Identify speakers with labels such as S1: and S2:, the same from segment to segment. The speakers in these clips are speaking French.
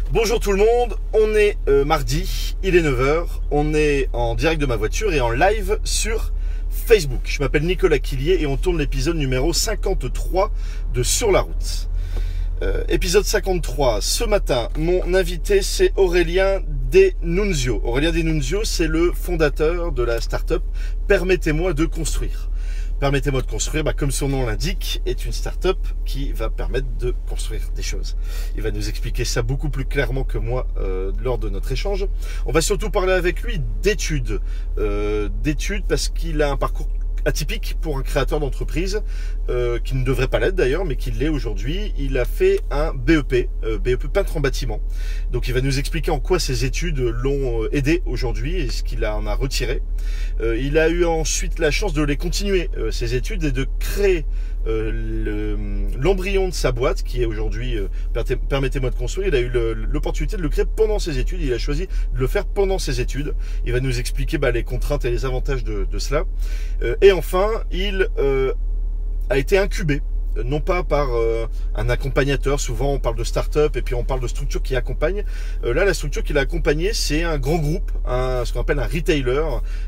S1: Bonjour tout le monde, on est mardi, il est 9h, on est en direct de ma voiture et en live sur Facebook. Je m'appelle Nicolas Quillier et on tourne l'épisode numéro 53 de Sur la route. Épisode 53, ce matin, mon invité c'est Aurélien Denunzio. Aurélien Denunzio, c'est le fondateur de la start-up Permettez-moi de construire. Permettez-moi de construire, comme son nom l'indique, est une start-up qui va permettre de construire des choses. Il va nous expliquer ça beaucoup plus clairement que moi lors de notre échange. On va surtout parler avec lui d'études. D'études parce qu'il a un parcours atypique pour un créateur d'entreprise, qui ne devrait pas l'être d'ailleurs, mais qui l'est aujourd'hui. Il a fait un BEP, BEP peintre en bâtiment. Donc il va nous expliquer en quoi ses études l'ont aidé aujourd'hui et ce qu'il en a retiré. Il a eu ensuite la chance de les continuer, ses études, et de créer l'embryon de sa boîte qui est aujourd'hui Permettez-moi de construire. Il a eu l'opportunité de le créer pendant ses études. Il a choisi de le faire pendant ses études. Il va nous expliquer les contraintes et les avantages de cela. Et enfin, il a été incubé, non pas par un accompagnateur. Souvent on parle de start-up et puis on parle de structure qui accompagne. Là, la structure qu'il a accompagnée, c'est un grand groupe, ce qu'on appelle un retailer,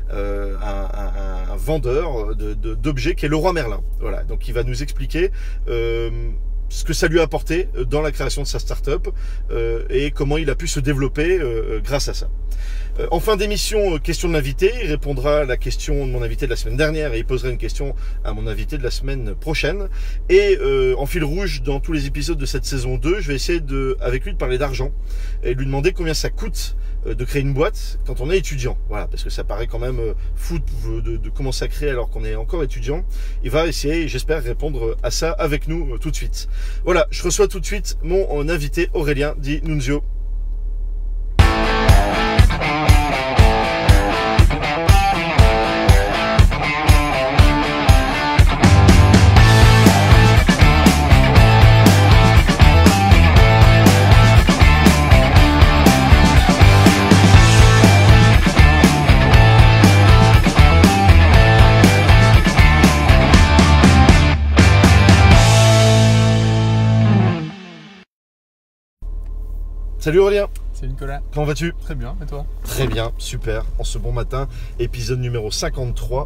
S1: un vendeur d'objets qui est Leroy Merlin. Voilà, donc il va nous expliquer ce que ça lui a apporté dans la création de sa start-up et comment il a pu se développer grâce à ça. En fin d'émission, question de l'invité, il répondra à la question de mon invité de la semaine dernière et il posera une question à mon invité de la semaine prochaine. Et en fil rouge dans tous les épisodes de cette saison 2, je vais essayer avec lui de parler d'argent et lui demander combien ça coûte de créer une boîte quand on est étudiant. Voilà, parce que ça paraît quand même fou de commencer à créer alors qu'on est encore étudiant. Il va essayer, j'espère, répondre à ça avec nous tout de suite. Voilà, je reçois tout de suite mon invité Aurélien Denunzio. Salut Aurélien.
S2: Salut Nicolas.
S1: Comment vas-tu?
S2: Très bien, et toi?
S1: Très bien, super. En ce bon matin, épisode numéro 53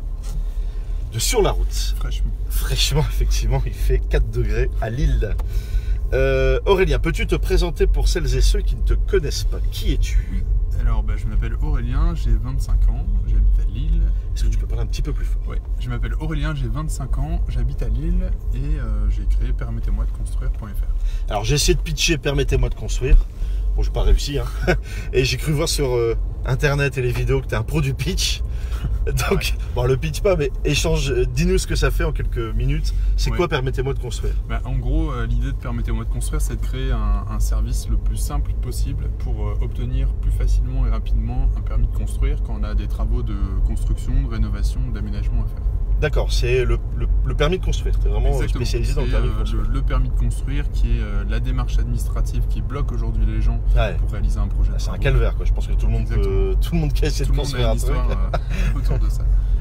S1: de Sur la route. Fraîchement, effectivement, il fait 4 degrés à Lille. Aurélien, peux-tu te présenter pour celles et ceux qui ne te connaissent pas? Qui es-tu?
S2: Alors, je m'appelle Aurélien, j'ai 25 ans, j'habite à Lille.
S1: Est-ce que tu peux parler un petit peu plus fort?
S2: Oui, je m'appelle Aurélien, j'ai 25 ans, j'habite à Lille et j'ai créé Permettez-moi de construire.fr.
S1: Alors, j'ai essayé de pitcher Permettez-moi de construire. Bon, je n'ai pas réussi, Et j'ai cru voir sur internet et les vidéos que tu es un pro du pitch. Donc, ouais. Le pitch pas, mais dis-nous ce que ça fait en quelques minutes. C'est quoi Permettez-moi de construire?
S2: En gros, l'idée de Permettez-moi de construire, c'est de créer un service le plus simple possible pour obtenir plus facilement et rapidement un permis de construire quand on a des travaux de construction, de rénovation ou d'aménagement à faire.
S1: D'accord, c'est le permis de construire. Tu es vraiment spécialisé dans le permis de construire.
S2: Le permis de construire qui est la démarche administrative qui bloque aujourd'hui les gens pour réaliser un projet.
S1: C'est un calvaire, quoi. Je pense que tout le monde qui a essayé de construire un truc
S2: autour de ça.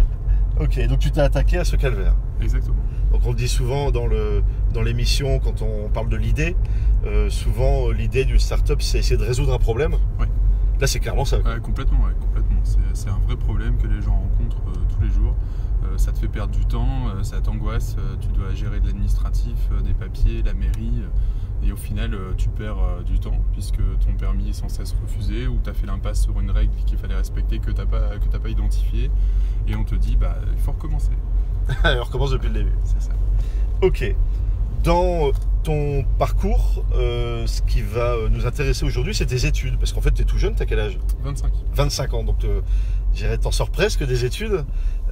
S1: Ok, donc tu t'es attaqué à ce calvaire.
S2: Exactement.
S1: Donc on le dit souvent dans l'émission quand on parle de l'idée. Souvent l'idée d'une start-up, c'est essayer de résoudre un problème.
S2: Ouais.
S1: Là c'est clairement ça.
S2: Complètement. C'est un vrai problème que les gens rencontrent tous les jours. Ça te fait perdre du temps, ça t'angoisse, tu dois gérer de l'administratif, des papiers, la mairie, et au final tu perds du temps puisque ton permis est sans cesse refusé ou tu as fait l'impasse sur une règle qu'il fallait respecter que tu n'as pas identifiée et on te dit il faut recommencer.
S1: On recommence depuis le début.
S2: C'est ça.
S1: Ok. Dans ton parcours, ce qui va nous intéresser aujourd'hui, c'est tes études. Parce qu'en fait, tu es tout jeune, tu as quel âge?
S2: 25.
S1: 25 ans, donc je dirais t'en sors presque des études.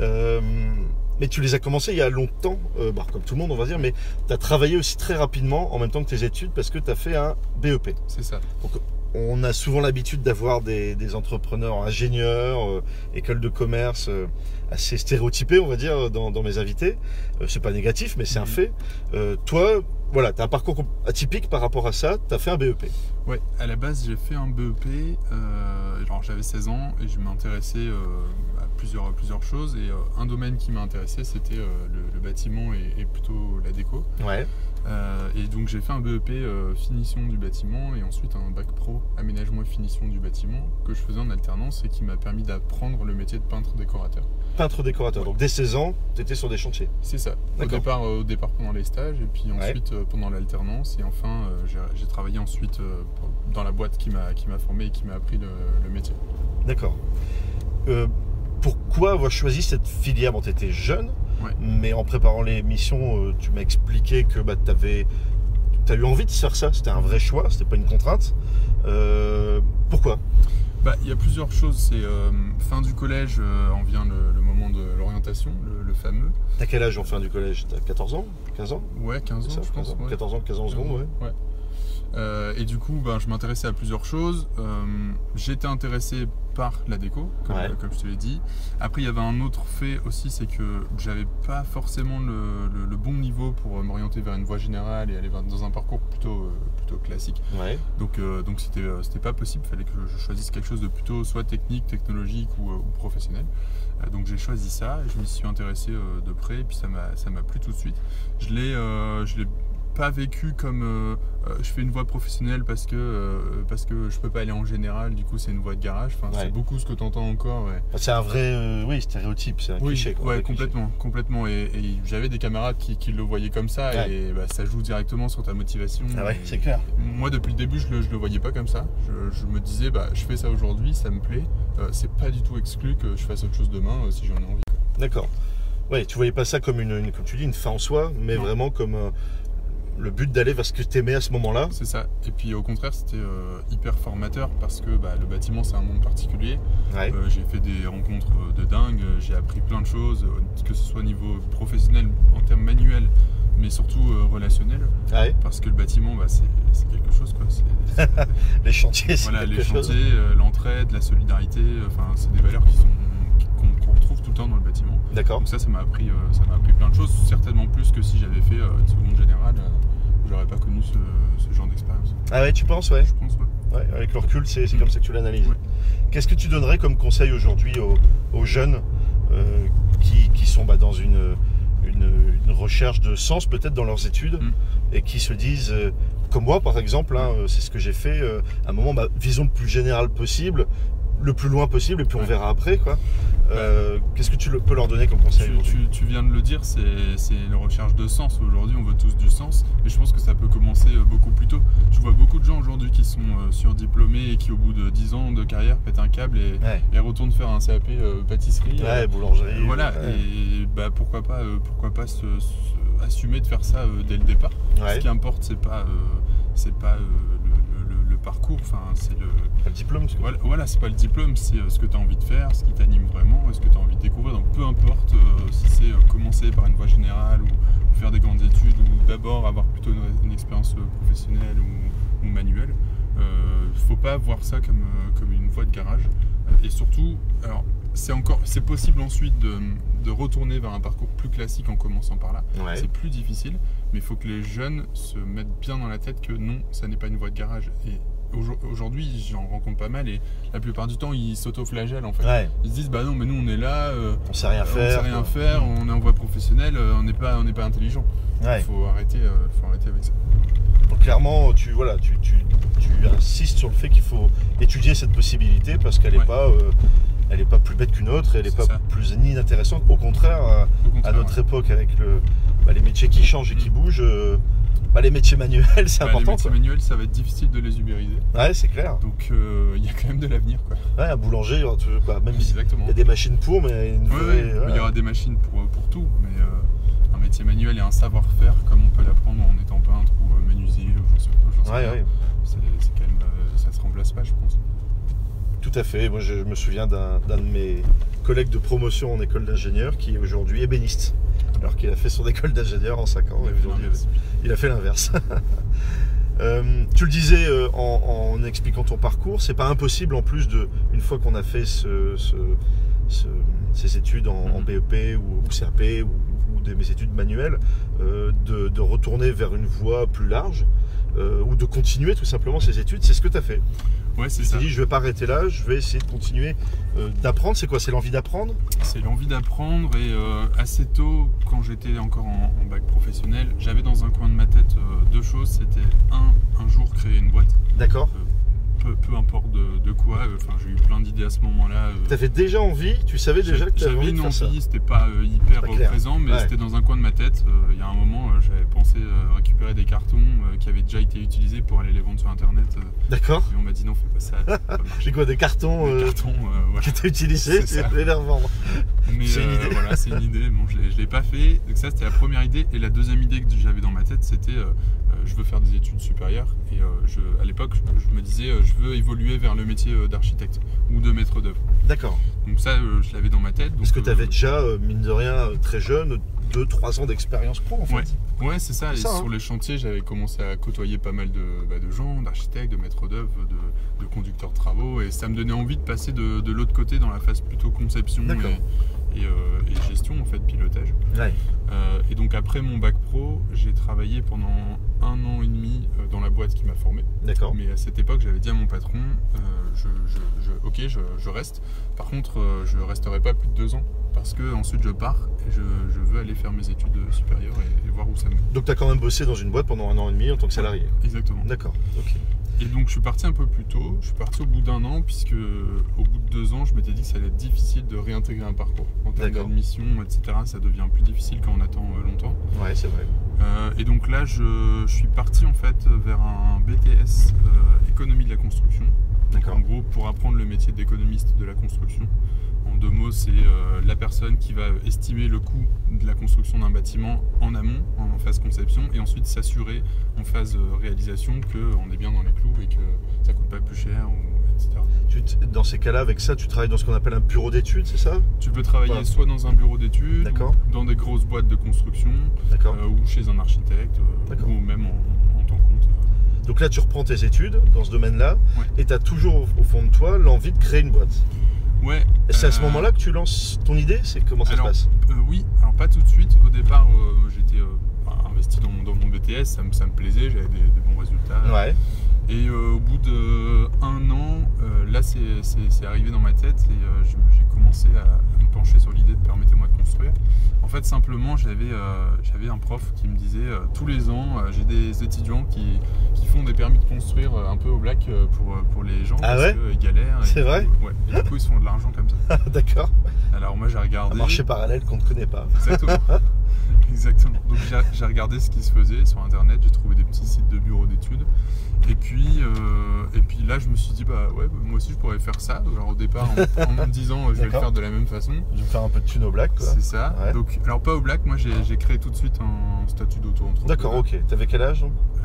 S1: Mais tu les as commencées il y a longtemps, comme tout le monde on va dire, mais tu as travaillé aussi très rapidement en même temps que tes études parce que tu as fait un BEP.
S2: C'est ça.
S1: Donc, on a souvent l'habitude d'avoir des entrepreneurs ingénieurs, écoles de commerce assez stéréotypés, on va dire, dans mes invités. C'est pas négatif, mais c'est un fait. Toi, voilà, tu as un parcours atypique par rapport à ça, tu as fait un BEP.
S2: Ouais, à la base, j'ai fait un BEP, j'avais 16 ans et je m'intéressais à plusieurs choses. Et un domaine qui m'a intéressé, c'était le bâtiment et plutôt la déco.
S1: Ouais.
S2: Et donc j'ai fait un BEP finition du bâtiment et ensuite un bac pro aménagement et finition du bâtiment que je faisais en alternance et qui m'a permis d'apprendre le métier de peintre décorateur.
S1: Peintre décorateur, donc dès 16 ans, tu étais sur des chantiers.
S2: C'est ça, au départ pendant les stages et puis ensuite pendant l'alternance et enfin j'ai travaillé ensuite dans la boîte qui m'a formé et qui m'a appris le métier.
S1: D'accord. Pourquoi avoir choisi cette filière? Bon, tu étais jeune, mais en préparant l'émission, tu m'as expliqué que tu as eu envie de faire ça, c'était un vrai choix, c'était pas une contrainte. Pourquoi?
S2: Il y a plusieurs choses. C'est fin du collège, en vient le moment de l'orientation, le fameux.
S1: T'as quel âge en fin du collège? T'as 14 ans? 15 ans?
S2: Ouais, 15 ans,
S1: ça,
S2: je pense.
S1: 14 ans, 15 ans secondes, ouais.
S2: Et du coup, je m'intéressais à plusieurs choses. J'étais intéressé par la déco, comme je te l'ai dit. Après, il y avait un autre fait aussi, c'est que j'avais pas forcément le bon niveau pour m'orienter vers une voie générale et aller dans un parcours plutôt classique. Donc c'était pas possible. Il fallait que je choisisse quelque chose de plutôt soit technique, technologique ou professionnel. Donc j'ai choisi ça. Et je m'y suis intéressé de près et puis ça m'a plu tout de suite. Je l'ai pas vécu comme je fais une voie professionnelle parce que je peux pas aller en général, du coup c'est une voie de garage. C'est beaucoup ce que tu entends encore.
S1: C'est un vrai stéréotype, c'est un cliché.
S2: Complètement. Et j'avais des camarades qui le voyaient comme ça et ça joue directement sur ta motivation.
S1: C'est clair.
S2: Moi depuis le début je le voyais pas comme ça. Je me disais je fais ça aujourd'hui, ça me plaît. C'est pas du tout exclu que je fasse autre chose demain si j'en ai envie.
S1: D'accord. Ouais, tu voyais pas ça comme comme tu dis, une fin en soi, mais vraiment comme le but d'aller vers ce que tu aimais à ce moment-là.
S2: C'est ça. Et puis au contraire, c'était hyper formateur parce que le bâtiment, c'est un monde particulier. J'ai fait des rencontres de dingue, j'ai appris plein de choses, que ce soit au niveau professionnel, en termes manuels, mais surtout relationnel. Parce que le bâtiment, c'est quelque chose, quoi.
S1: Les chantiers, c'est quelque chose.
S2: Les chantiers, l'entraide, la solidarité, c'est des valeurs qu'on retrouve tout le temps dans le bâtiment.
S1: D'accord.
S2: Donc ça m'a appris plein de choses, certainement plus que si j'avais fait une seconde générale, j'aurais pas connu ce genre d'expérience.
S1: Ah ouais, tu penses?
S2: Je pense,
S1: avec le recul, c'est comme ça que tu l'analyses. Qu'est-ce que tu donnerais comme conseil aujourd'hui aux jeunes qui sont dans une recherche de sens peut-être dans leurs études et qui se disent, comme moi par exemple, c'est ce que j'ai fait, à un moment, visons le plus général possible, le plus loin possible et puis on verra après, quoi. Qu'est-ce que tu peux leur donner comme conseil?
S2: Tu viens de le dire, c'est la recherche de sens. Aujourd'hui, on veut tous du sens, mais je pense que ça peut commencer beaucoup plus tôt. Je vois beaucoup de gens aujourd'hui qui sont surdiplômés et qui, au bout de 10 ans de carrière, pètent un câble et retournent faire un CAP pâtisserie,
S1: boulangerie.
S2: Et pourquoi pas assumer de faire ça dès le départ. Ce qui importe, c'est pas le parcours, c'est
S1: pas le diplôme.
S2: C'est pas le diplôme, c'est ce que tu as envie de faire, ce qui t'anime vraiment, ce que tu as envie de découvrir. Donc peu importe si c'est commencer par une voie générale ou faire des grandes études ou d'abord avoir plutôt une expérience professionnelle ou manuelle, faut pas voir ça comme une voie de garage. Et surtout, alors c'est possible ensuite de retourner vers un parcours plus classique en commençant par là. C'est plus difficile, mais il faut que les jeunes se mettent bien dans la tête que non, ça n'est pas une voie de garage. Et aujourd'hui, j'en rencontre pas mal et la plupart du temps, ils s'auto-flagellent en fait. Ils se disent non, mais nous on est là,
S1: on sait rien faire,
S2: on est en voie professionnelle, on n'est pas intelligent. Il faut arrêter avec ça.
S1: Donc clairement, tu insistes sur le fait qu'il faut étudier cette possibilité parce qu'elle n'est pas elle n'est pas plus bête qu'une autre, elle n'est pas plus inintéressante. Au contraire, à notre époque, avec les métiers qui changent et qui bougent, les métiers manuels, c'est important.
S2: Les métiers manuels, ça va être difficile de les ubériser.
S1: C'est clair.
S2: Donc il y a quand même de l'avenir, quoi.
S1: Un boulanger, même il y a des machines pour, mais
S2: il y aura des machines pour tout, mais un métier manuel et un savoir-faire comme on peut l'apprendre en étant peintre ou menuisier, j'en sais rien. C'est quand même, ça se remplace pas, je pense.
S1: Tout à fait. Moi, je me souviens d'un de mes collègues de promotion en école d'ingénieur qui est aujourd'hui ébéniste. Alors qu'il a fait son école d'ingénieur en 5 ans. Il a fait l'inverse. Tu le disais en expliquant ton parcours, c'est pas impossible en plus une fois qu'on a fait ces études en BEP ou CAP ou mes études manuelles, de retourner vers une voie plus large. ou de continuer tout simplement ses études. C'est ce que tu as fait.
S2: Ouais, c'est
S1: Tu
S2: ça.
S1: t'es dit, je vais pas arrêter là, je vais essayer de continuer d'apprendre. C'est quoi? C'est l'envie d'apprendre?
S2: C'est l'envie d'apprendre et assez tôt, quand j'étais encore en bac professionnel, j'avais dans un coin de ma tête deux choses. C'était un jour créer une boîte,
S1: D'accord.
S2: peu importe de quoi. Enfin, j'ai eu plein d'idées à ce moment-là.
S1: Tu avais déjà envie, tu savais déjà que tu avais
S2: J'avais
S1: envie
S2: une
S1: de faire ça.
S2: envie, c'était pas hyper
S1: Pas clair.
S2: présent, mais
S1: Ouais.
S2: c'était dans un coin de ma tête. Il y a un moment, j'avais pensé récupérer des cartons qui avaient déjà été utilisés pour aller les vendre sur internet.
S1: D'accord.
S2: Et on m'a dit non, fais pas ça, ça va pas marcher.
S1: C'est quoi, des cartons
S2: Des cartons, voilà.
S1: que tu as utilisés,
S2: C'est
S1: tu
S2: ça.
S1: voulais les revendre?
S2: Mais
S1: C'est une idée.
S2: voilà, c'est une idée. Bon, je l'ai pas fait. Donc ça, c'était la première idée. Et la deuxième idée que j'avais dans ma tête, c'était je veux faire des études supérieures. Et à l'époque, je me disais je veux évoluer vers le métier d'architecte ou de maître d'œuvre.
S1: D'accord.
S2: Donc ça, je l'avais dans ma tête.
S1: Parce que
S2: Donc,
S1: tu avais déjà, mine de rien, très jeune, 2-3 ans d'expérience pro en fait.
S2: Ouais, c'est ça. Et
S1: C'est ça, hein.
S2: sur les chantiers, j'avais commencé à côtoyer pas mal de gens, d'architectes, de maîtres d'œuvre, de conducteurs de travaux. Et ça me donnait envie de passer de l'autre côté dans la phase plutôt conception
S1: D'accord.
S2: et gestion, en fait, pilotage.
S1: Ouais.
S2: Et donc après mon bac pro, j'ai travaillé pendant 1 an et demi dans la boîte qui m'a formé.
S1: D'accord.
S2: Mais à cette époque, j'avais dit à mon patron, ok, je reste. Par contre, je resterai pas plus de 2 ans parce que ensuite je pars et je veux aller faire mes études supérieures et voir où ça me mène.
S1: Donc tu as quand même bossé dans une boîte pendant 1 an et demi en tant que salarié.
S2: Exactement.
S1: D'accord. Ok.
S2: Et donc je suis parti un peu plus tôt. Je suis parti au bout d'1 an puisque au bout de 2 ans, je m'étais dit que ça allait être difficile de réintégrer un parcours. En termes
S1: D'accord.
S2: d'admission, etc., ça devient plus difficile quand on attend longtemps.
S1: Ouais, c'est vrai.
S2: Et donc là, je suis parti en fait vers un BTS économie de la construction.
S1: D'accord.
S2: En gros, pour apprendre le métier d'économiste de la construction. En 2 mots, c'est la personne qui va estimer le coût de la construction d'un bâtiment en amont, en phase conception, et ensuite s'assurer en phase réalisation qu'on est bien dans les clous et que ça coûte pas plus cher, etc.
S1: Dans ces cas-là, avec ça, tu travailles dans ce qu'on appelle un bureau d'études, c'est ça?
S2: Tu peux travailler
S1: Voilà.
S2: soit dans un bureau d'études,
S1: D'accord.
S2: dans des grosses boîtes de construction,
S1: D'accord.
S2: ou chez un architecte,
S1: D'accord.
S2: ou même en tant que compte.
S1: Donc là, tu reprends tes études dans ce domaine-là
S2: Ouais.
S1: et tu as toujours au fond de toi l'envie de créer une boîte.
S2: Ouais.
S1: Et c'est à ce moment-là que tu lances ton idée? C'est comment ça
S2: Alors,
S1: se passe?
S2: Oui, alors pas tout de suite. Au départ, j'étais investi dans mon BTS, ça me plaisait, j'avais des bons résultats.
S1: Ouais.
S2: Et au bout d'1 an, là c'est arrivé dans ma tête et j'ai commencé à me pencher sur l'idée de permettez-moi de construire. En fait, simplement, j'avais un prof qui me disait tous les ans, j'ai des étudiants qui font des permis de construire un peu au black pour les gens
S1: Ah
S2: parce
S1: ouais
S2: qu'ils galèrent. Et
S1: C'est
S2: du coup,
S1: vrai
S2: ouais. Et du coup, ils se font de l'argent comme ça.
S1: D'accord.
S2: Alors moi, j'ai regardé.
S1: Un marché parallèle qu'on ne connaît pas.
S2: Exactement. Exactement. Donc j'ai regardé ce qui se faisait sur internet, j'ai trouvé des petits sites de bureaux d'études. Et puis là je me suis dit bah ouais, moi aussi je pourrais faire ça. Alors au départ en me disant je vais le
S1: D'accord.
S2: faire de la même façon.
S1: Je vais me faire un peu de thune au black, quoi.
S2: C'est ça.
S1: Ouais.
S2: Donc alors pas au black, moi j'ai créé tout de suite un statut d'auto-entrepreneur.
S1: D'accord, ok. T'avais quel âge?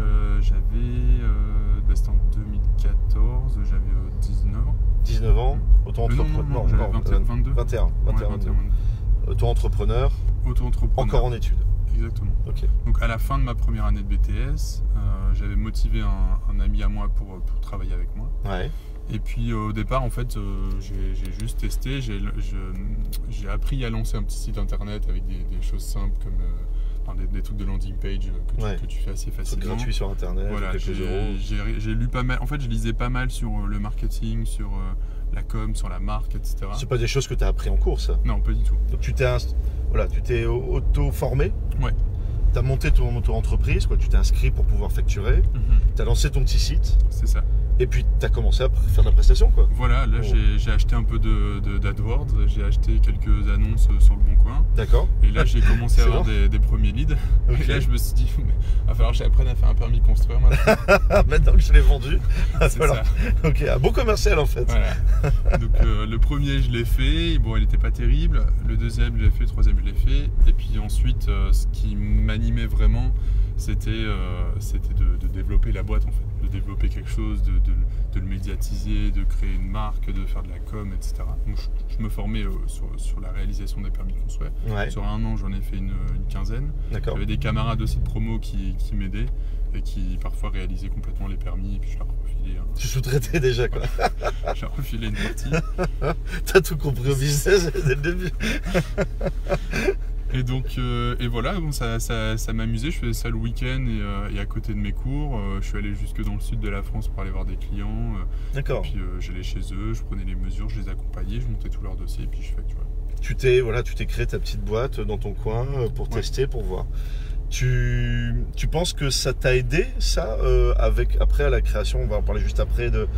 S2: C'était en 2014, j'avais 19 ans.
S1: 19 ans, auto-entrepreneur.
S2: Non, j'avais 22.
S1: 21.
S2: Ouais,
S1: 22. Auto-entrepreneur,
S2: Auto-entrepreneur.
S1: encore en études.
S2: Exactement.
S1: Ok.
S2: Donc à la fin de ma première année de BTS, j'avais motivé un ami à moi pour travailler avec moi.
S1: Ouais.
S2: Et puis au départ, en fait, j'ai juste testé, j'ai appris à lancer un petit site internet avec des choses simples comme des trucs de landing page que tu fais assez
S1: C'est
S2: facilement.
S1: gratuit sur internet,
S2: Voilà,
S1: quelques euros.
S2: j'ai lu pas mal, en fait je lisais pas mal sur le marketing, sur la com, sur la marque, etc.
S1: C'est pas des choses que tu as appris en cours, ça.
S2: Non, pas du tout.
S1: Donc tu t'es auto-formé.
S2: Ouais.
S1: Tu as monté ton auto-entreprise, quoi. Tu t'es inscrit pour pouvoir facturer. Tu as lancé ton petit site.
S2: C'est ça.
S1: Et puis tu as commencé à faire de la prestation, quoi.
S2: Voilà, là
S1: Oh.
S2: j'ai acheté un peu d'AdWords, j'ai acheté quelques annonces sur le Bon Coin.
S1: D'accord.
S2: Et là j'ai commencé à
S1: C'est
S2: avoir
S1: bon.
S2: des premiers leads.
S1: Ok.
S2: Et là je me suis dit, il va falloir que j'apprenne à faire un permis de construire maintenant.
S1: Maintenant que je l'ai vendu.
S2: C'est
S1: Voilà.
S2: ça.
S1: Ok, un bon commercial en fait.
S2: Voilà. Donc le premier je l'ai fait, bon il n'était pas terrible. Le deuxième je l'ai fait, le troisième je l'ai fait. Et puis ensuite ce qui m'animait vraiment c'était de développer la boîte en fait. De développer quelque chose, de le médiatiser, de créer une marque, de faire de la com, etc. Donc je me formais sur la réalisation des permis de construire.
S1: Ouais.
S2: Sur 1 an j'en ai fait une quinzaine.
S1: D'accord.
S2: J'avais des camarades aussi de promo qui m'aidaient et qui parfois réalisaient complètement les permis et puis je leur refilais,
S1: Tu sous-traitais déjà, quoi.
S2: je leur refilais une partie.
S1: T'as tout compris au business dès le début.
S2: Et donc, et voilà, bon, ça m'amusait. Je faisais ça le week-end et à côté de mes cours. Je suis allé jusque dans le sud de la France pour aller voir des clients.
S1: D'accord.
S2: Puis j'allais chez eux, je prenais les mesures, je les accompagnais, je montais tout leur dossier et puis je facturais.
S1: Tu t'es créé ta petite boîte dans ton coin pour tester, pour voir. Tu penses que ça t'a aidé, ça, après à la création, on va en parler juste après, de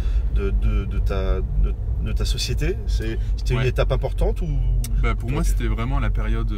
S1: ta société? C'était une étape importante ou...
S2: Pour moi, c'était vraiment la période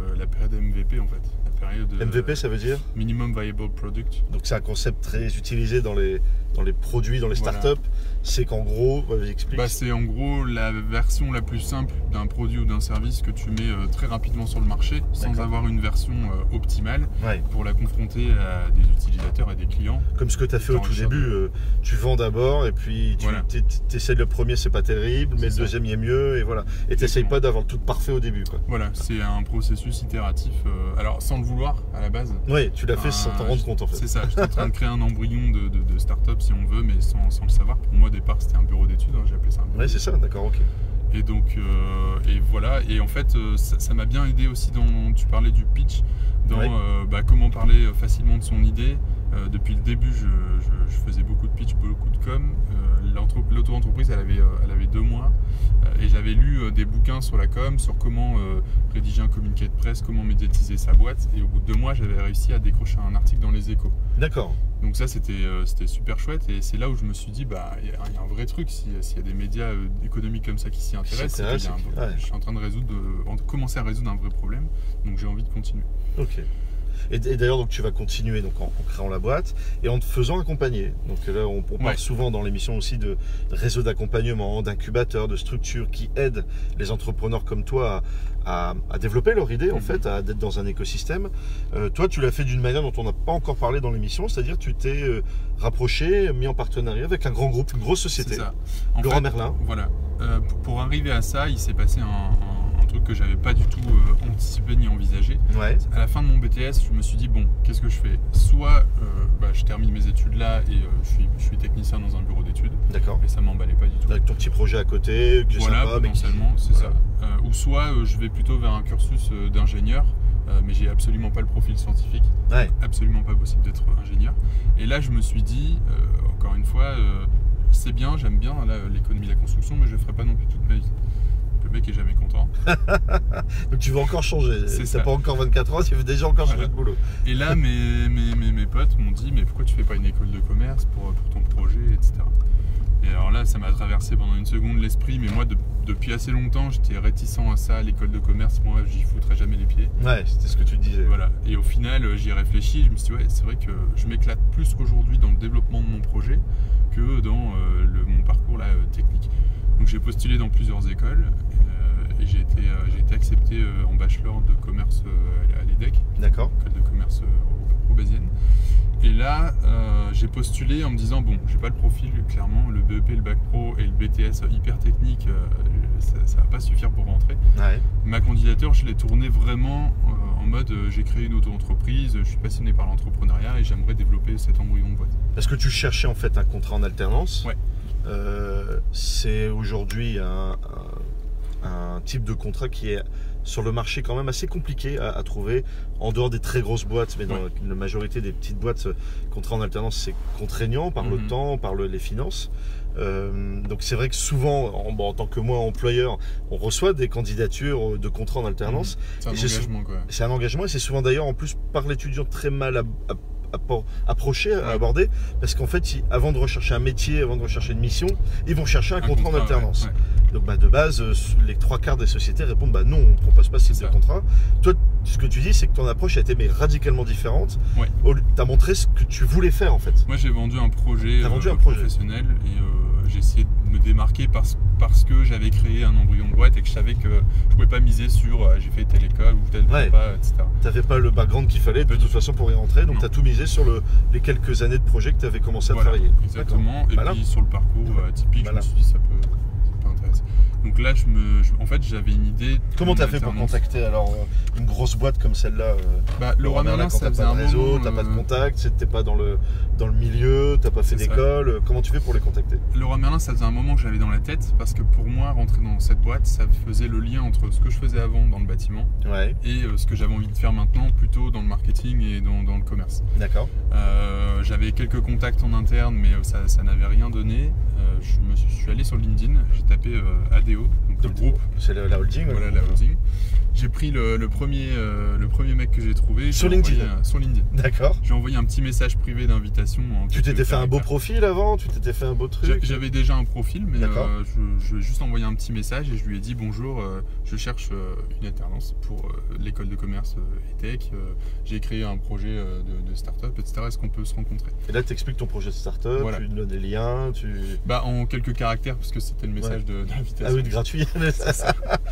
S2: MVP en fait. La période,
S1: MVP, ça veut dire
S2: Minimum Viable Product.
S1: Donc c'est un concept très utilisé dans les produits, dans les startups. Voilà. C'est qu'en gros, j'explique.
S2: C'est en gros la version la plus simple d'un produit ou d'un service que tu mets très rapidement sur le marché sans avoir une version optimale pour la confronter à des utilisateurs et des clients.
S1: Comme ce que tu as fait au tout début, tu vends d'abord et puis tu essaies le premier, c'est pas terrible, mais le deuxième il est mieux et voilà. Et tu n'essayes pas d'avoir tout parfait au début, quoi.
S2: Voilà, c'est un processus itératif. Alors sans le vouloir à la base.
S1: Oui, tu l'as fait sans t'en rendre compte en fait.
S2: C'est ça, j'étais en train de créer un embryon de start-up si on veut, mais sans le savoir. Pour moi au départ c'était un bureau d'études, j'ai appelé ça un bureau.
S1: Oui, c'est ça, d'accord, ok.
S2: Et donc, et voilà, et en fait ça m'a bien aidé aussi tu parlais du pitch, comment parler facilement de son idée. Depuis le début je faisais beaucoup de pitch, beaucoup de com. L'auto-entreprise elle avait 2 mois et j'avais lu des bouquins sur la com, sur comment rédiger un communiqué de presse, comment médiatiser sa boîte, et au bout de 2 mois j'avais réussi à décrocher un article dans les Échos.
S1: D'accord.
S2: Donc ça c'était super chouette et c'est là où je me suis dit il y a un vrai truc s'il y a des médias économiques comme ça qui s'y intéressent. Je suis en train de commencer à résoudre un vrai problème, donc j'ai envie de continuer.
S1: Ok. Et d'ailleurs, donc tu vas continuer donc en créant la boîte et en te faisant accompagner. Donc là, on parle souvent dans l'émission aussi de réseaux d'accompagnement, d'incubateurs, de structures qui aident les entrepreneurs comme toi à développer leur idée, en fait, à être dans un écosystème. Toi, tu l'as fait d'une manière dont on n'a pas encore parlé dans l'émission, c'est-à-dire tu t'es rapproché, mis en partenariat avec un grand groupe, une grosse société,
S2: c'est ça.
S1: Leroy Merlin.
S2: Voilà. Pour arriver à ça, il s'est passé un truc que j'avais pas du tout anticipé ni envisagé. À la fin de mon BTS, je me suis dit qu'est-ce que je fais? Soit je termine mes études là et je suis technicien dans un bureau d'études.
S1: D'accord.
S2: Et ça m'emballait pas du tout.
S1: Avec ton petit projet à côté, que
S2: voilà,
S1: sympa,
S2: potentiellement, c'est ça. Ou soit je vais plutôt vers un cursus d'ingénieur, mais j'ai absolument pas le profil scientifique. Absolument pas possible d'être ingénieur. Et là, je me suis dit, encore une fois, c'est bien, j'aime bien l'économie de la construction, mais je le ferai pas non plus toute ma vie. Le mec est jamais content.
S1: Donc tu veux encore changer. T'as pas encore 24 ans, tu veux déjà encore changer de boulot.
S2: Et là, mes potes m'ont dit, mais pourquoi tu fais pas une école de commerce pour ton projet, etc. Et alors là, ça m'a traversé pendant une seconde l'esprit, mais moi, depuis assez longtemps, j'étais réticent à ça, l'école de commerce, moi, j'y foutrais jamais les pieds.
S1: Ouais, c'était ce que tu disais.
S2: Voilà. Et au final, j'y ai réfléchi, je me suis dit, c'est vrai que je m'éclate plus aujourd'hui dans le développement de mon projet que dans mon parcours là, technique. Donc j'ai postulé dans plusieurs écoles et j'ai été accepté en bachelor de commerce à l'EDEC.
S1: D'accord.
S2: École de commerce roubaisienne. Et là, j'ai postulé en me disant, j'ai pas le profil, clairement, le BEP, le Bac Pro et le BTS hyper technique, ça va pas suffire pour rentrer. Ma candidature, je l'ai tournée vraiment en mode, j'ai créé une auto-entreprise, je suis passionné par l'entrepreneuriat et j'aimerais développer cet embryon de boîte.
S1: Est-ce que tu cherchais en fait un contrat en alternance?
S2: Ouais.
S1: C'est aujourd'hui un type de contrat qui est sur le marché quand même assez compliqué à trouver, en dehors des très grosses boîtes, mais dans la majorité des petites boîtes, contrat en alternance c'est contraignant par le temps, par les finances. Donc c'est vrai que souvent, en tant que moi employeur, on reçoit des candidatures de contrat en alternance.
S2: C'est un engagement quoi.
S1: C'est un engagement et c'est souvent d'ailleurs en plus par l'étudiant très mal approcher, à aborder, parce qu'en fait, avant de rechercher un métier, avant de rechercher une mission, ils vont chercher un contrat en alternance. Donc de base, les 3/4 des sociétés répondent non, on ne propose pas ce type de contrat. Toi, ce que tu dis, c'est que ton approche a été radicalement différente. Tu as montré ce que tu voulais faire en fait.
S2: Moi, j'ai vendu un projet professionnel et j'ai essayé de me démarquer parce que j'avais créé un embryon de boîte et que je savais que je ne pouvais pas miser sur j'ai fait telle école ou tel prépa, etc.
S1: Tu n'avais pas le background qu'il fallait de toute façon pour y rentrer, donc tu as tout misé sur les quelques années de projet que tu avais commencé à travailler.
S2: Exactement, et puis sur le parcours typique, je me suis dit ça peut intéresser. Donc là, en fait, j'avais une idée.
S1: Comment tu as fait pour contacter alors une grosse boîte comme celle-là
S2: Leroy Merlin, ça faisait un
S1: réseau, t'as pas de contact, t'es pas dans le milieu, t'as pas fait d'école. Comment tu fais pour les contacter?
S2: Leroy Merlin, ça faisait un moment que j'avais dans la tête parce que pour moi, rentrer dans cette boîte, ça faisait le lien entre ce que je faisais avant dans le bâtiment et ce que j'avais envie de faire maintenant, plutôt dans le marketing et dans le commerce.
S1: D'accord.
S2: J'avais quelques contacts en interne, mais ça n'avait rien donné. Je suis allé sur LinkedIn, j'ai tapé ADO, donc le groupe.
S1: C'est la holding.
S2: Voilà, la holding. J'ai pris le premier mec que j'ai trouvé.
S1: Sur LinkedIn.
S2: Sur LinkedIn.
S1: D'accord.
S2: J'ai envoyé un petit message privé d'invitation.
S1: Tu t'étais fait un beau profil avant? Tu t'étais fait un beau truc?
S2: J'avais déjà un profil, mais je lui ai juste envoyé un petit message et je lui ai dit bonjour, je cherche une alternance pour l'école de commerce et tech. J'ai créé un projet de start-up, etc. Est-ce qu'on peut se rencontrer?
S1: Et là, tu expliques ton projet de start-up,
S2: voilà.
S1: Tu donnes des liens,
S2: en quelques caractères, parce que c'était le message d'invitation.
S1: Ah oui, de gratuit.
S2: C'est ça.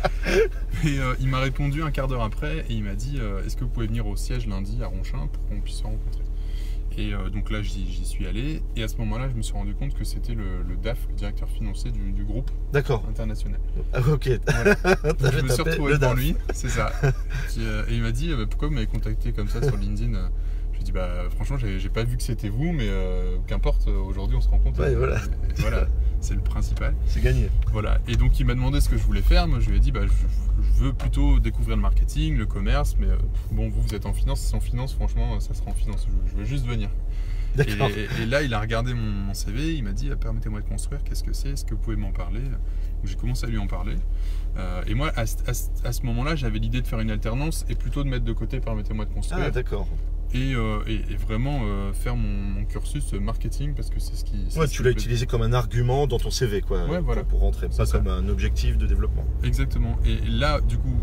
S2: Et il m'a répondu un quart d'heure après et il m'a dit est-ce que vous pouvez venir au siège lundi à Ronchin pour qu'on puisse se rencontrer? Et donc là j'y suis allé et à ce moment-là je me suis rendu compte que c'était le DAF, le directeur financier du groupe international.
S1: Ah, ok.
S2: Voilà. Donc, je me suis retrouvé devant lui, c'est ça. Et il m'a dit pourquoi vous m'avez contacté comme ça sur LinkedIn? Je lui ai dit franchement j'ai pas vu que c'était vous, mais qu'importe, aujourd'hui on se rencontre.
S1: Ouais, voilà.
S2: Et voilà, c'est le principal.
S1: C'est gagné.
S2: Voilà. Et donc il m'a demandé ce que je voulais faire. Moi je lui ai dit je veux plutôt découvrir le marketing, le commerce, mais bon, vous êtes en finance, en finance, franchement, ça sera en finance, je veux juste venir.
S1: D'accord.
S2: Et là, il a regardé mon CV, il m'a dit permettez-moi de construire, qu'est-ce que c'est, est-ce que vous pouvez m'en parler? Donc j'ai commencé à lui en parler. Et moi, à ce moment-là, j'avais l'idée de faire une alternance et plutôt de mettre de côté permettez-moi de construire.
S1: Ah, d'accord.
S2: Et vraiment faire mon cursus marketing parce que c'est ce qui...
S1: Tu l'as utilisé comme un argument dans ton CV, quoi,
S2: voilà.
S1: pour rentrer, pas comme un objectif de développement.
S2: Exactement. Et là, du coup,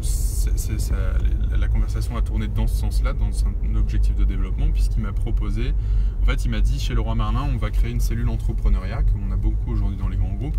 S2: la conversation a tourné dans ce sens-là, dans un objectif de développement, puisqu'il m'a proposé, en fait, il m'a dit, chez Leroy Merlin, on va créer une cellule entrepreneuriat, comme on a beaucoup aujourd'hui dans les grands groupes,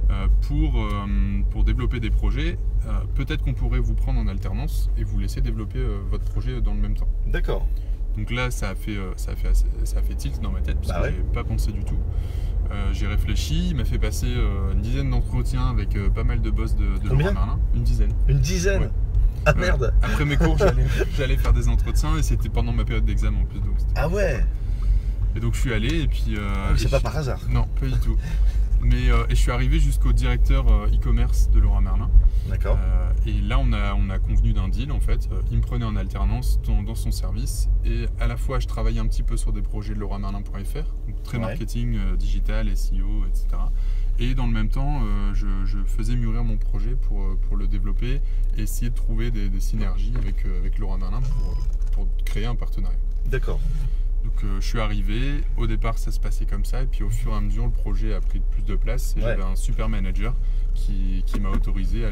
S2: pour développer des projets. Peut-être qu'on pourrait vous prendre en alternance et vous laisser développer votre projet dans le même temps.
S1: D'accord.
S2: Donc là, ça a fait tilt dans ma tête, parce que je n'avais pas pensé du tout. J'ai réfléchi, il m'a fait passer une dizaine d'entretiens avec pas mal de boss de Leroy Merlin. Une dizaine.
S1: Une dizaine? Ouais. Ah merde.
S2: Après mes cours, j'allais faire des entretiens et c'était pendant ma période d'examen en plus. Donc
S1: ah ouais.
S2: Et donc je suis allé et puis...
S1: c'est pas par hasard?
S2: Non, pas du tout. Mais et je suis arrivé jusqu'au directeur e-commerce de Leroy Merlin.
S1: D'accord.
S2: Et là, on a convenu d'un deal en fait. Il me prenait en alternance dans son service et à la fois, je travaillais un petit peu sur des projets de leroymerlin.fr, donc très marketing, digital, SEO, etc. Et dans le même temps, je faisais mûrir mon projet pour le développer et essayer de trouver des synergies avec Leroy Merlin pour créer un partenariat.
S1: D'accord.
S2: Donc je suis arrivé, au départ ça se passait comme ça et puis au fur et à mesure le projet a pris plus de place et j'avais un super manager qui m'a autorisé à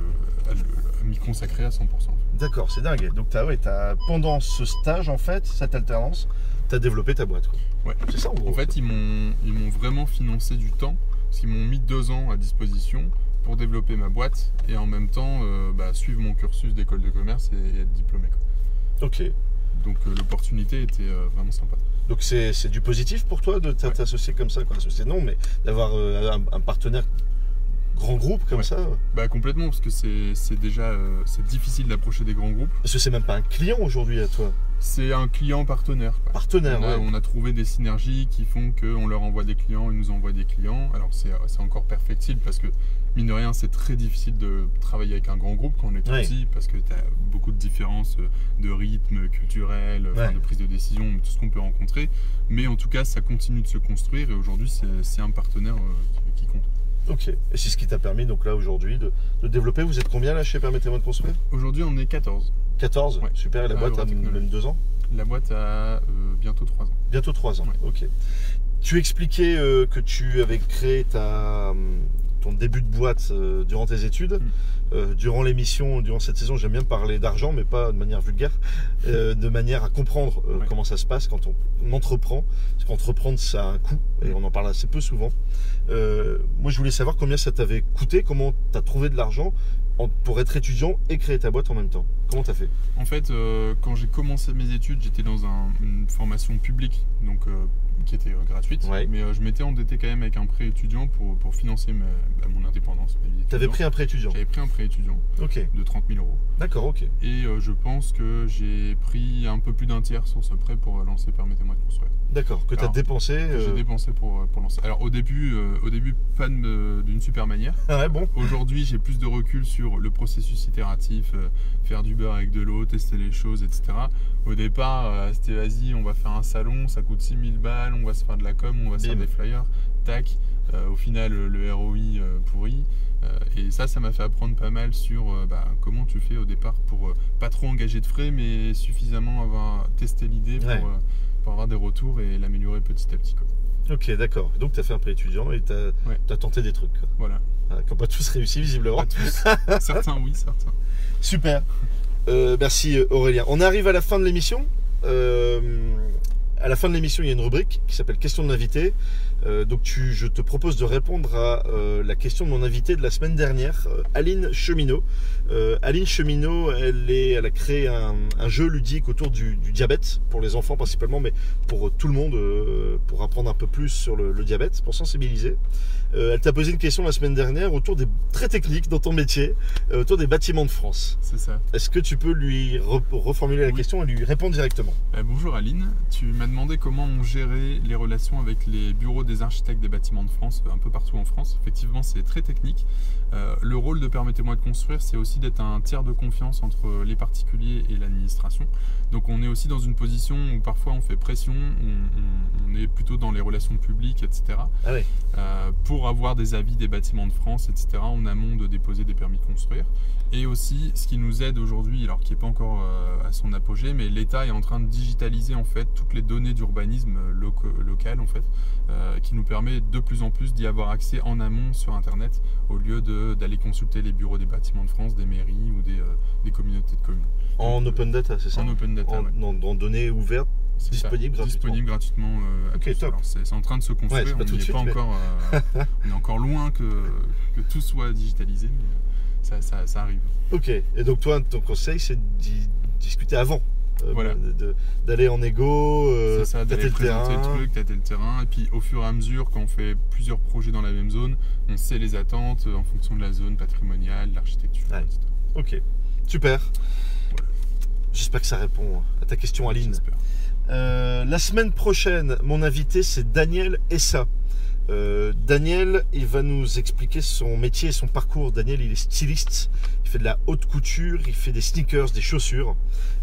S2: m'y consacrer à 100%.
S1: D'accord, c'est dingue. Donc pendant ce stage en fait, cette alternance, tu as développé ta boîte, quoi.
S2: Ouais.
S1: C'est ça en gros.
S2: En fait ils m'ont vraiment financé du temps parce qu'ils m'ont mis 2 ans à disposition pour développer ma boîte et en même temps suivre mon cursus d'école de commerce et être diplômé, quoi.
S1: Ok.
S2: Donc l'opportunité était vraiment sympa.
S1: Donc c'est du positif pour toi de t'associer comme ça, quoi. Associer non, mais d'avoir un partenaire grand groupe comme ça.
S2: Complètement, parce que c'est déjà c'est difficile d'approcher des grands groupes.
S1: Parce que c'est même pas un client aujourd'hui à toi.
S2: C'est un client partenaire. Quoi.
S1: Partenaire,
S2: on a trouvé des synergies qui font qu'on leur envoie des clients, ils nous envoient des clients. Alors c'est encore perfectible parce que mine de rien, c'est très difficile de travailler avec un grand groupe quand on est tout petit parce que tu as beaucoup de différences de rythme culturel, de prise de décision, tout ce qu'on peut rencontrer. Mais en tout cas, ça continue de se construire et aujourd'hui, c'est un partenaire qui compte.
S1: Ok, et c'est ce qui t'a permis donc là aujourd'hui de développer. Vous êtes combien là chez Permettez-moi de construire?
S2: Aujourd'hui on est 14.
S1: 14 Super, et la boîte a même 2 ans?
S2: La boîte a bientôt 3 ans.
S1: Bientôt 3 ans, ok. Tu expliquais que tu avais créé ton début de boîte durant tes études. Durant l'émission, durant cette saison, j'aime bien parler d'argent, mais pas de manière vulgaire, de manière à comprendre comment ça se passe quand on entreprend. Parce qu'entreprendre, ça a un coût, et on en parle assez peu souvent. Moi, je voulais savoir combien ça t'avait coûté, comment tu as trouvé de l'argent pour être étudiant et créer ta boîte en même temps. Comment tu as fait?
S2: En fait, quand j'ai commencé mes études, j'étais dans une formation publique. Donc, qui était gratuite,
S1: Ouais.
S2: mais je m'étais endetté quand même avec un prêt étudiant pour financer mon indépendance.
S1: Tu avais pris un prêt étudiant.
S2: J'avais pris un prêt étudiant
S1: Ok.
S2: de 30 000 euros.
S1: D'accord, ok.
S2: Et je pense que j'ai pris un peu plus d'un tiers sur ce prêt pour lancer Permettez-moi de construire.
S1: D'accord, que tu as
S2: Alors,
S1: dépensé.
S2: Que j'ai dépensé pour lancer. Alors au début pas d'une super manière.
S1: Ah ouais, bon.
S2: Aujourd'hui, j'ai plus de recul sur le processus itératif, faire du beurre avec de l'eau, tester les choses, etc. Au départ, c'était vas-y, on va faire un salon, ça coûte 6 000 balles, on va se faire de la com, on va se faire des flyers, tac. Au final, le ROI pourri. Et ça m'a fait apprendre pas mal sur comment tu fais au départ pour pas trop engager de frais, mais suffisamment avoir testé l'idée pour avoir des retours et l'améliorer petit à petit, quoi.
S1: Ok, d'accord. Donc tu as fait un prêt étudiant et tu as tenté des trucs, quoi.
S2: Voilà.
S1: Qui n'ont pas tous réussi, visiblement.
S2: Pas tous. Certains oui, certains.
S1: Super. Merci Aurélien. On arrive à la fin de l'émission. À la fin de l'émission, il y a une rubrique qui s'appelle Question de l'invité. Donc je te propose de répondre à la question de mon invité de la semaine dernière, Aline Cheminot. Aline Cheminot, elle a créé un jeu ludique autour du diabète, pour les enfants principalement, mais pour tout le monde, pour apprendre un peu plus sur le diabète, pour sensibiliser. Elle t'a posé une question la semaine dernière autour très technique dans ton métier, autour des bâtiments de France.
S2: C'est ça.
S1: Est-ce que tu peux lui reformuler la question et lui répondre directement?
S2: Bonjour Aline, tu m'as demandé comment on gérait les relations avec les bureaux des architectes des bâtiments de France, un peu partout en France. Effectivement, c'est très technique. Le rôle de Permettez-moi de construire, c'est aussi d'être un tiers de confiance entre les particuliers et l'administration. Donc on est aussi dans une position où parfois on fait pression, on est plutôt dans les relations publiques, etc.
S1: Ah oui.
S2: Pour avoir des avis des bâtiments de France, etc. en amont de déposer des permis de construire. Et aussi, ce qui nous aide aujourd'hui, alors qui n'est pas encore à son apogée, mais l'État est en train de digitaliser en fait toutes les données d'urbanisme local en fait, qui nous permet de plus en plus d'y avoir accès en amont sur Internet, au lieu d'aller consulter les bureaux des bâtiments de France, des mairies ou des communautés de communes.
S1: En open data, c'est ça?
S2: En open data,
S1: en données ouvertes, disponibles
S2: gratuitement.
S1: Ok, top.
S2: Alors, c'est en train de se construire,
S1: c'est pas tout de suite,
S2: on est encore loin que tout soit digitalisé, mais ça arrive.
S1: Ok, et donc toi, ton conseil, c'est d'y discuter avant,
S2: voilà.
S1: d'aller en égo,
S2: c'est ça, d'aller présenter le truc, tâter le terrain, et puis au fur et à mesure, quand on fait plusieurs projets dans la même zone, on sait les attentes en fonction de la zone patrimoniale, l'architecture, etc.
S1: Ok, super. Voilà. J'espère que ça répond à ta question, Aline.
S2: J'espère.
S1: La semaine prochaine, mon invité, c'est Daniel Essa. Daniel, il va nous expliquer son métier et son parcours. Daniel, il est styliste, il fait de la haute couture, il fait des sneakers, des chaussures,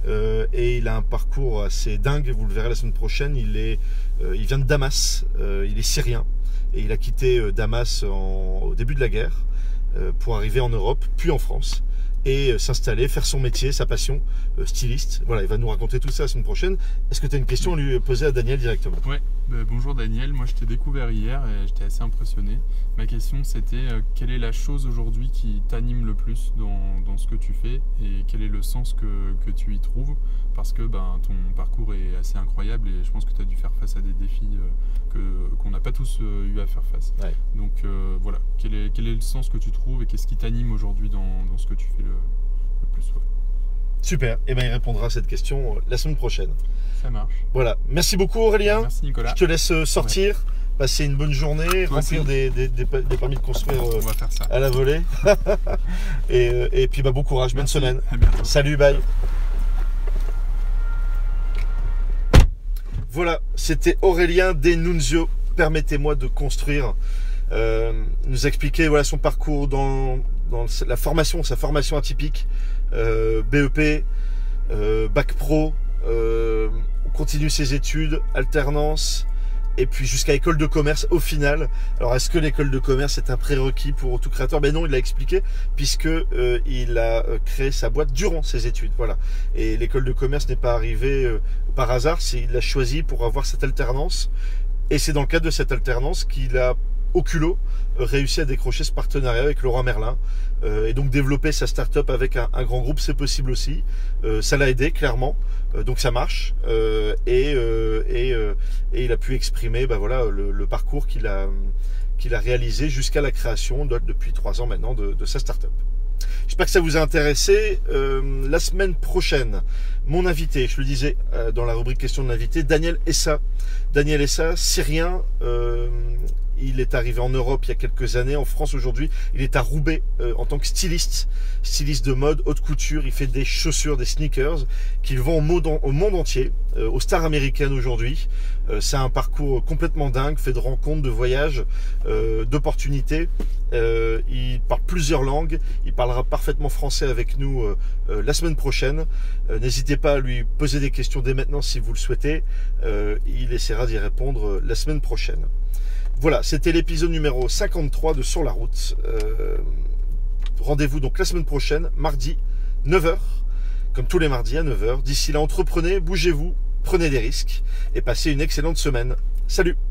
S1: et il a un parcours assez dingue. Vous le verrez la semaine prochaine. Il vient de Damas, il est syrien, et il a quitté Damas au début de la guerre pour arriver en Europe, puis en France, et s'installer, faire son métier, sa passion, styliste. Voilà, il va nous raconter tout ça la semaine prochaine. Est-ce que tu as une question à lui poser à Daniel directement?
S2: Ouais, bonjour Daniel, moi je t'ai découvert hier et j'étais assez impressionné. Ma question c'était quelle est la chose aujourd'hui qui t'anime le plus dans ce que tu fais et quel est le sens que tu y trouves? Parce que ton parcours est assez incroyable et je pense que tu as dû faire face à des défis qu'on n'a pas tous eu à faire face.
S1: Ouais.
S2: Donc voilà, quel est le sens que tu trouves et qu'est-ce qui t'anime aujourd'hui dans ce que tu fais le plus? Ouais.
S1: Super, et il répondra à cette question la semaine prochaine.
S2: Ça marche.
S1: Voilà, merci beaucoup Aurélien.
S2: Merci Nicolas.
S1: Je te laisse sortir, passer une bonne journée, remplir des permis de construire
S2: on va faire ça.
S1: à la volée. et puis bon courage, bonne semaine.
S2: À bientôt.
S1: Salut, bye. Voilà, c'était Aurélien Denunzio, Permettez-moi de construire. Nous expliquer son parcours dans sa formation atypique, BEP, Bac Pro, on continue ses études, alternance, et puis jusqu'à école de commerce au final. Alors est-ce que l'école de commerce est un prérequis pour tout créateur? Ben non, il l'a expliqué, puisque il a créé sa boîte durant ses études. Voilà. Et l'école de commerce n'est pas arrivée par hasard, il l'a choisi pour avoir cette alternance. Et c'est dans le cadre de cette alternance qu'il a, au culot, réussi à décrocher ce partenariat avec Leroy Merlin. Et donc développer sa start-up avec un grand groupe, c'est possible aussi. Ça l'a aidé, clairement. Donc ça marche. Et il a pu exprimer le parcours qu'il a réalisé jusqu'à la création, depuis 3 ans maintenant, de sa start-up. J'espère que ça vous a intéressé. La semaine prochaine, mon invité, je le disais dans la rubrique question de l'invité, Daniel Essa. Daniel Essa, syrien. Il est arrivé en Europe il y a quelques années, en France aujourd'hui. Il est à Roubaix en tant que styliste de mode, haute couture. Il fait des chaussures, des sneakers qu'il vend au monde entier, aux stars américaines aujourd'hui. C'est un parcours complètement dingue, fait de rencontres, de voyages, d'opportunités. Il parle plusieurs langues. Il parlera parfaitement français avec nous la semaine prochaine. N'hésitez pas à lui poser des questions dès maintenant si vous le souhaitez. Il essaiera d'y répondre la semaine prochaine. Voilà, c'était l'épisode numéro 53 de Sur la route. Rendez-vous donc la semaine prochaine, mardi, 9h, comme tous les mardis à 9h. D'ici là, entreprenez, bougez-vous, prenez des risques et passez une excellente semaine. Salut!